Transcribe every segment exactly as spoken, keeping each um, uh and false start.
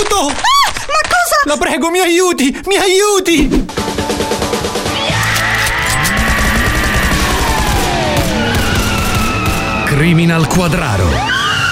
Aiuto! Ah, ma cosa? La prego, mi aiuti! Mi aiuti! Criminal Quadraro.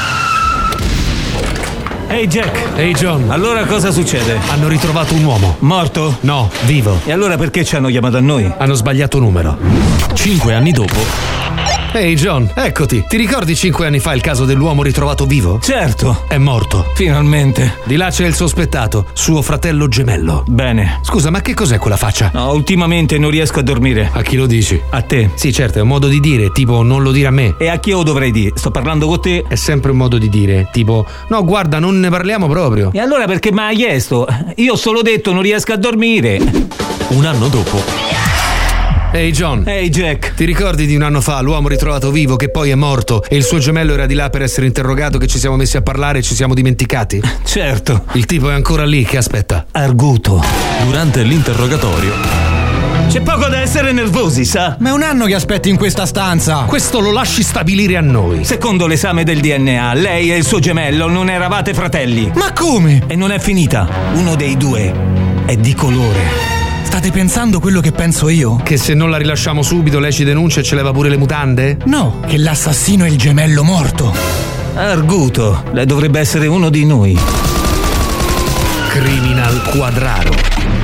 Ehi hey Jack. Ehi hey John. Allora cosa succede? Hanno ritrovato un uomo. Morto? No, vivo. E allora perché ci hanno chiamato a noi? Hanno sbagliato numero. Cinque anni dopo. Ehi hey John, eccoti. Ti ricordi cinque anni fa il caso dell'uomo ritrovato vivo? Certo. È morto. Finalmente. Di là c'è il sospettato, suo fratello gemello. Bene. Scusa, ma che cos'è quella faccia? No, ultimamente non riesco a dormire. A chi lo dici? A te. Sì, certo, è un modo di dire, tipo non lo dire a me. E a chi lo dovrei dire? Sto parlando con te. È sempre un modo di dire, tipo no, guarda, non ne parliamo proprio. E allora perché mi hai chiesto? Io ho solo detto non riesco a dormire. Un anno dopo. Ehi hey John. Ehi hey Jack. Ti ricordi di un anno fa l'uomo ritrovato vivo che poi è morto e il suo gemello era di là per essere interrogato, che ci siamo messi a parlare e ci siamo dimenticati? Certo. Il tipo è ancora lì che aspetta. Arguto. Durante l'interrogatorio. C'è poco da essere nervosi, sa? Ma è un anno che aspetti in questa stanza. Questo lo lasci stabilire a noi. Secondo l'esame del D N A, lei e il suo gemello non eravate fratelli. Ma come? E non è finita. Uno dei due è di colore. State pensando quello che penso io? Che se non la rilasciamo subito lei ci denuncia e ce leva pure le mutande? No, che l'assassino è il gemello morto. Arguto, lei dovrebbe essere uno di noi. Criminal Quadraro.